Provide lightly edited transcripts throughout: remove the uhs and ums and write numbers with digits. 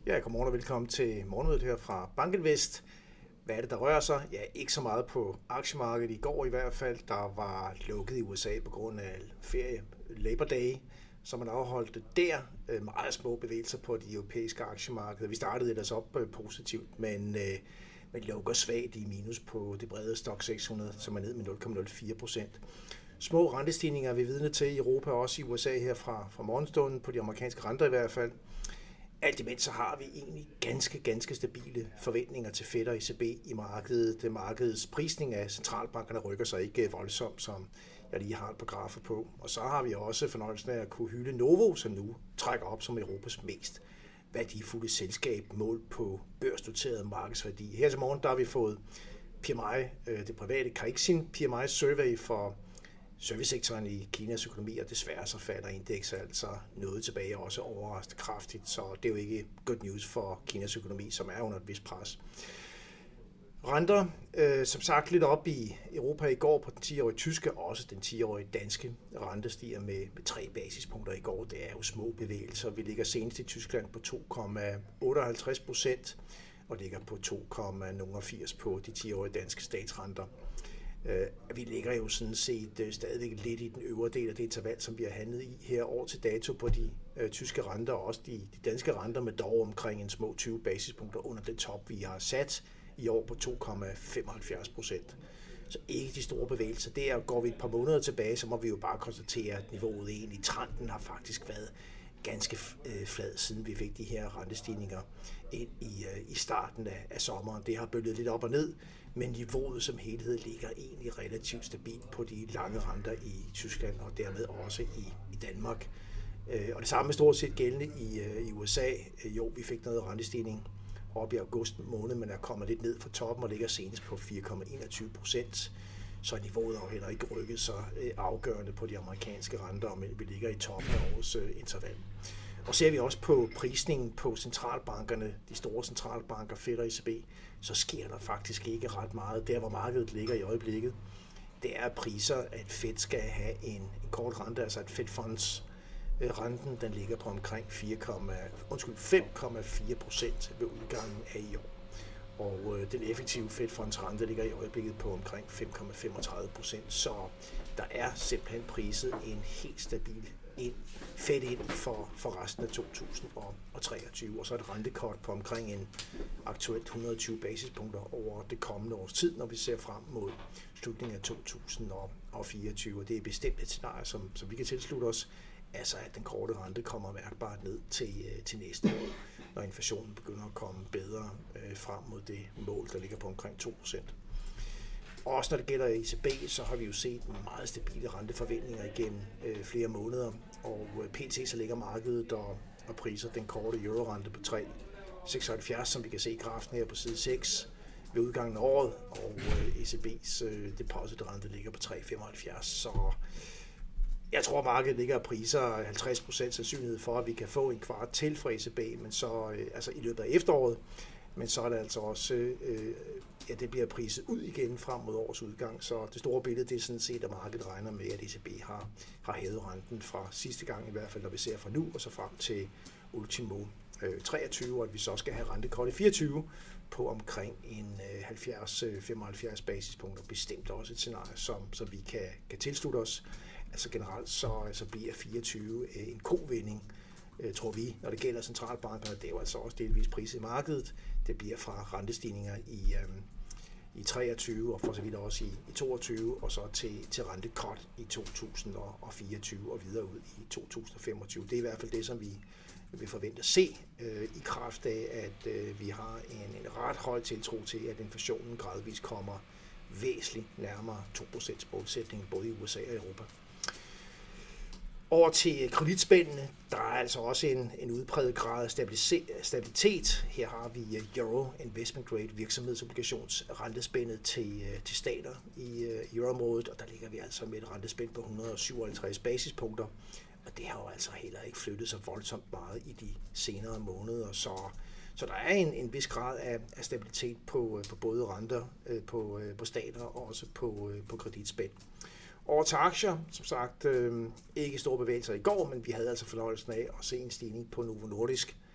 Ja, godmorgen og velkommen til morgenmødet her fra BankInvest. Hvad er det, der rører sig? Ja, ikke så meget på aktiemarkedet i går i hvert fald. Der var lukket i USA på grund af ferie, Labor Day, så man afholdte der. Meget små bevægelser på de europæiske aktiemarkeder. Vi startede ellers op positivt, men lukker svagt i minus på det brede Stoxx 600, som er ned med 0,04%. Små rentestigninger er vi vidne til i Europa og også i USA her fra morgenstunden, på de amerikanske renter i hvert fald. Alt imens så har vi egentlig ganske stabile forventninger til Fed og ECB i markedet. Markedets prisning af centralbankerne rykker sig ikke voldsomt, som jeg lige har et par grafer på. Og så har vi også fornøjelsen af at kunne hylde Novo, som nu trækker op som Europas mest værdifulde selskab målt på børsnoteret markedsværdi. Her til morgen der har vi fået PMI, det private Caixin PMI Survey for servicesektoren i Kinas økonomi, og desværre så falder indekset altså noget tilbage, også overraskende kraftigt, så det er jo ikke good news for Kinas økonomi, som er under et vist pres. Renter, som sagt, lidt op i Europa i går på den 10-årige tyske, og også den 10-årige danske rente stiger med 3 basispunkter i går. Det er jo små bevægelser. Vi ligger senest i Tyskland på 2,58% og ligger på 2,80 på de 10-årige danske statsrenter. Vi ligger jo sådan set stadigvæk lidt i den øvre del af det interval, som vi har handlet i her år til dato på de tyske renter, og også de danske renter med dog omkring en små 20 basispunkter under den top, vi har sat i år på 2,75%. Så ikke de store bevægelser. Der går vi et par måneder tilbage, så må vi jo bare konstatere, at niveauet egentlig, trenden har faktisk været ganske flad, siden vi fik de her rentestigninger ind i starten af sommeren. Det har bølget lidt op og ned, men niveauet som helhed ligger egentlig relativt stabilt på de lange renter i Tyskland og dermed også i Danmark. Og det samme er stort set gældende i USA. Jo, vi fik noget rentestigning op i august måned, men er kommet lidt ned fra toppen og ligger senest på 4,21%. Så niveauet har heller ikke rykket sig afgørende på de amerikanske renter, men vi ligger i toppen af årets interval. Og ser vi også på prisningen på centralbankerne, de store centralbanker, Fed og ECB, så sker der faktisk ikke ret meget. Der, hvor markedet ligger i øjeblikket, det er priser, at Fed skal have en kort rente, altså at Fed Funds renten, den ligger på omkring 5,4% ved udgangen af i år. Og den effektive Fed Funds rente ligger i øjeblikket på omkring 5,35%, så der er simpelthen priset en helt stabil Fed ind for resten af 2023, og så et rentekort på omkring en aktuelt 120 basispunkter over det kommende års tid, når vi ser frem mod slutningen af 2024, og det er bestemt et scenarie, som vi kan tilslutte os, altså at den korte rente kommer mærkbart ned til næste år, når inflationen begynder at komme bedre frem mod det mål, der ligger på omkring 2%. Også når det gælder ECB, så har vi jo set meget stabile renteforventninger igennem flere måneder, og pt. Så ligger markedet og priser den korte eurorente på 3,76, som vi kan se i grafen her på side 6 ved udgangen af året, og ECB's depositrente ligger på 3,75, så jeg tror, markedet ligger og priser 50% sandsynlighed for, at vi kan få en kvart til fra ECB, men så altså i løbet af efteråret, men så er det altså også, det bliver priset ud igen frem mod årets udgang, så det store billede, det er sådan set, at markedet regner med, at ECB har hævet renten fra sidste gang, i hvert fald når vi ser fra nu, og så frem til ultimo 23, og at vi så skal have rentekort i 24 på omkring en 70-75 basispunkter, bestemt også et scenarie, som vi kan tilslutte os. Altså generelt så bliver 24 en kovending, tror vi, når det gælder centralbankerne. Det er jo altså også delvis priset i markedet. Det bliver fra rentestigninger i 23 og for så vidt også i 22, og så til rentekort i 2024 og videre ud i 2025. Det er i hvert fald det, som vi vil forvente at se i kraft af, at vi har en ret høj tiltro til, at inflationen gradvist kommer væsentligt nærmere 2% målsætningen både i USA og Europa. Over til kreditspændene, der er altså også en udpræget grad af stabilitet. Her har vi Euro Investment Grade virksomhedsobligations rentespændet til stater i euroområdet, og der ligger vi altså med et rentespænd på 157 basispunkter, og det har jo altså heller ikke flyttet sig voldsomt meget i de senere måneder, så der er en vis grad af stabilitet på både renter på stater og også på kreditspænd. Over til aktier, som sagt, ikke store bevægelser i går, men vi havde altså fornøjelsen af at se en stigning på Novo Nordisk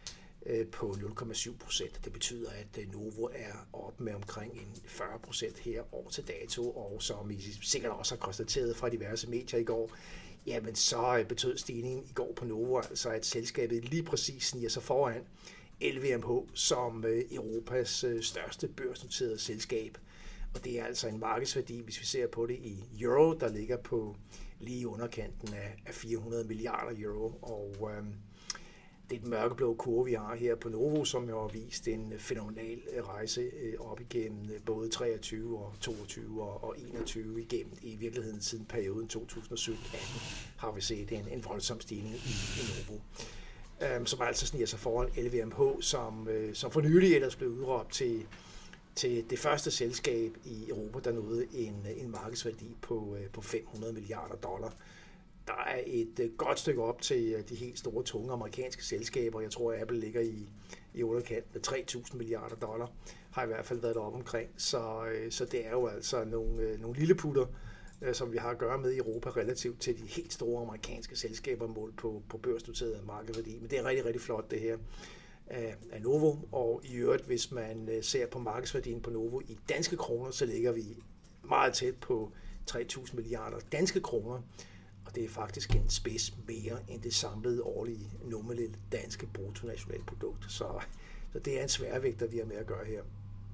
på 0,7%. Det betyder, at Novo er oppe med omkring en 40% her år til dato, og som I sikkert også har konstateret fra diverse medier i går, jamen så betød stigningen i går på Novo altså, at selskabet lige præcis sniger sig foran LVMH som Europas største børsnoterede selskab. Og det er altså en markedsværdi, hvis vi ser på det i euro, der ligger på lige underkanten af 400 milliarder euro. Og det er den mørkeblå kurve, vi har her på Novo, som jo har vist en fænomenal rejse op igennem både 23 og 22 og 21 igennem. I virkeligheden siden perioden 2017-18 har vi set en voldsom stigning i Novo, som altså sniger sig foran LVMH, som for nylig ellers blev udråbt til det første selskab i Europa, der nåede en markedsværdi på 500 milliarder dollar. Der er et godt stykke op til de helt store, tunge amerikanske selskaber. Jeg tror, at Apple ligger i underkanten af 3.000 milliarder dollar, har i hvert fald været deroppe omkring. Så det er jo altså nogle lilleputter, som vi har at gøre med i Europa relativt til de helt store amerikanske selskaber målt på børsnoteret markedsværdi. Men det er rigtig, rigtig flot det her af Novo, og i øvrigt, hvis man ser på markedsværdien på Novo i danske kroner, så ligger vi meget tæt på 3.000 milliarder danske kroner, og det er faktisk en spids mere end det samlede årlige nominelle danske bruttonationalprodukt. Så det er en sværvægter, vi har med at gøre her.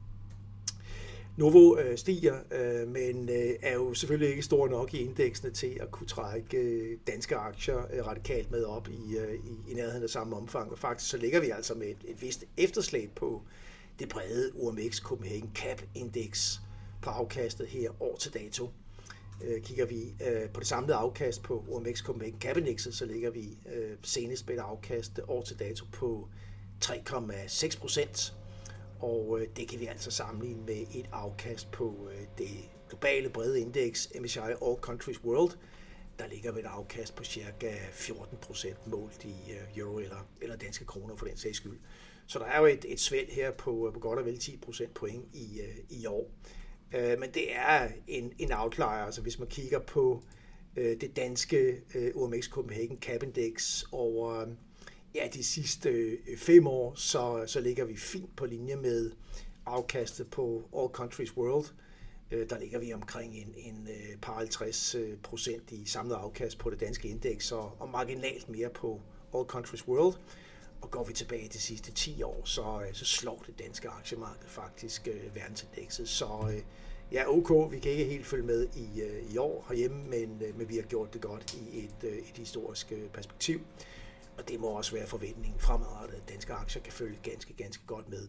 Novo stiger, men er jo selvfølgelig ikke stor nok i indeksene til at kunne trække danske aktier radikalt med op i nærheden af samme omfang. Og faktisk så ligger vi altså med et vist efterslæb på det brede OMX Copenhagen Cap Index på afkastet her år til dato. Kigger vi på det samlede afkast på OMX Copenhagen Cap Indexet, så ligger vi senest med et afkast år til dato på 3,6%. Og det kan vi altså sammenligne med et afkast på det globale brede indeks MSCI All Countries World. Der ligger vi et afkast på ca. 14% målt i euro eller danske kroner for den sags skyld. Så der er jo et svælg her på godt og vel 10% point i år. Men det er en outlier, altså hvis man kigger på det danske OMX Copenhagen Cap Index over de sidste 5 år, så ligger vi fint på linje med afkastet på All Countries World. Der ligger vi omkring en par 50% i samlet afkast på det danske indeks, og marginalt mere på All Countries World. Og går vi tilbage de sidste 10 år, så slår det danske aktiemarked faktisk verdensindekset. Så ok, vi kan ikke helt følge med i år herhjemme, men vi har gjort det godt i et historisk perspektiv. Og det må også være forventningen fremadrettet, at danske aktier kan følge ganske, ganske godt med.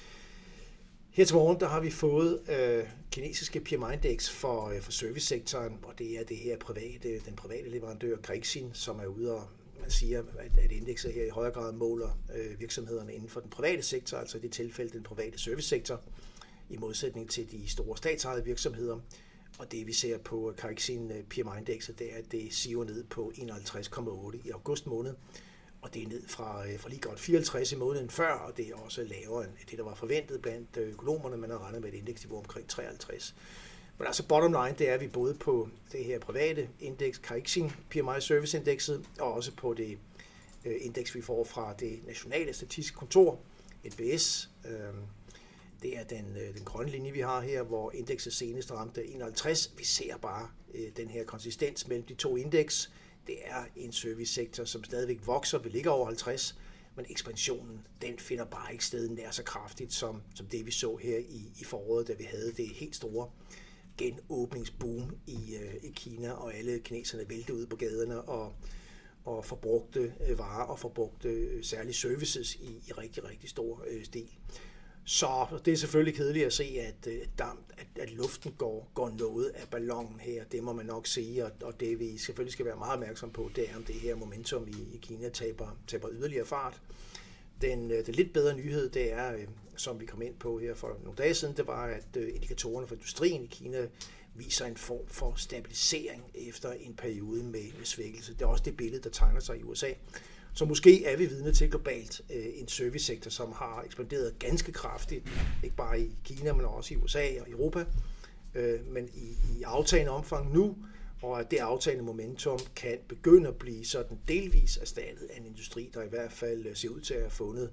Her til morgen, der har vi fået kinesiske PMI-indeks for servicesektoren, og det er det her den private leverandør Krixin, som er ude og man siger, at indekset her i højere grad måler virksomhederne inden for den private sektor, altså i det tilfælde den private servicesektor, i modsætning til de store statsejede virksomheder. Og det vi ser på Krixin PMI-indekset, det er, at det siver ned på 51,8 i august måned, og det er ned fra lige godt 54 i måneden før, og det er også lavere end det, der var forventet blandt økonomerne. Man har regnet med et indeksniveau omkring 53. Men altså bottom line, det er, at vi både på det her private indeks, Krixin PMI Service Indekset, og også på det indeks, vi får fra det nationale statistiske kontor, NBS. Det er den grønne linje, vi har her, hvor indekset senest ramte 51. Vi ser bare den her konsistens mellem de to indeks. Det er en servicesektor, som stadigvæk vokser. Vi ligger over 50, men ekspansionen, den finder bare ikke sted nær så kraftigt, som det vi så her i foråret, da vi havde det helt store genåbningsboom i Kina, og alle kineserne væltede ud på gaderne og forbrugte varer og forbrugte særlige services i rigtig, rigtig stor stil. Så det er selvfølgelig kedeligt at se, at luften går noget af ballonen her. Det må man nok sige, og det vi selvfølgelig skal være meget opmærksom på, det er, om det her momentum i Kina taber yderligere fart. Den lidt bedre nyhed, det er, som vi kom ind på her for nogle dage siden, det var, at indikatorerne for industrien i Kina viser en form for stabilisering efter en periode med svækkelse. Det er også det billede, der tegner sig i USA. Så måske er vi vidne til globalt en servicesektor, som har ekspanderet ganske kraftigt, ikke bare i Kina, men også i USA og Europa, men i aftagende omfang nu, og at det aftagende momentum kan begynde at blive sådan delvis erstattet af en industri, der i hvert fald ser ud til at have fundet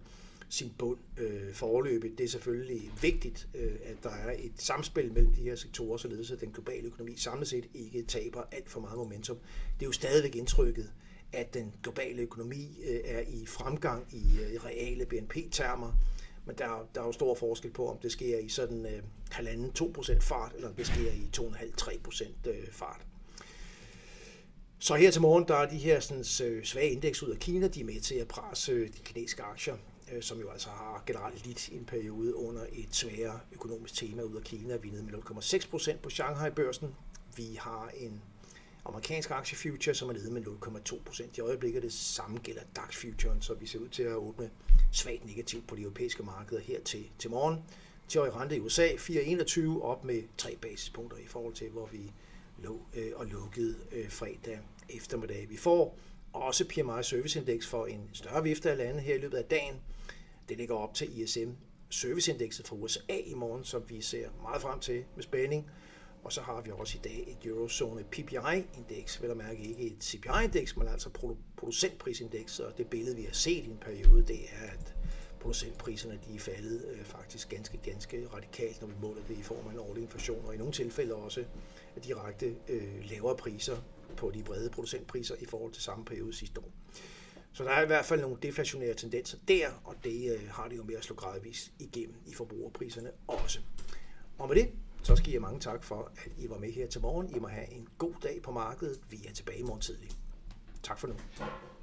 sin bund foreløbigt. Det er selvfølgelig vigtigt, at der er et samspil mellem de her sektorer, således at den globale økonomi samlet set ikke taber alt for meget momentum. Det er jo stadigvæk indtrykket, at den globale økonomi er i fremgang i reale BNP-termer, men der er jo stor forskel på, om det sker i sådan 1,5-2% fart, eller om det sker i 2,5-3% fart. Så her til morgen, der er de her sådan, svage indeks ud af Kina, de er med til at presse de kinesiske aktier, som jo altså har generelt lidt i en periode under et sværere økonomisk tema ud af Kina. Vi er nede med 0,6% på Shanghai-børsen. Vi har en amerikansk aktiefuture, som er nede med 0,2%. I øjeblikket det samme gælder DAX-futuren, så vi ser ud til at åbne svagt negativt på de europæiske markeder her til morgen. 10-årig rente i USA 4,21 op med 3 basispunkter i forhold til, hvor vi lå og lukkede fredag eftermiddag. Vi får også PMI Serviceindeks for en større vifte af lande her i løbet af dagen. Det ligger op til ISM Serviceindekset fra USA i morgen, som vi ser meget frem til med spænding. Og så har vi også i dag et Eurozone PPI-indeks, vel at mærke ikke et CPI-indeks, men altså producentprisindeks, og det billede, vi har set i en periode, det er, at producentpriserne de er faldet faktisk ganske radikalt, når vi måler det i form af en årlig inflation, og i nogle tilfælde også direkte lavere priser på de brede producentpriser i forhold til samme periode sidste år. Så der er i hvert fald nogle deflationære tendenser der, og det har det jo med at slå gradvist igennem i forbrugerpriserne også. Og med det, så skal I mange tak for, at I var med her til morgen. I må have en god dag på markedet. Vi er tilbage i morgen tidlig. Tak for nu.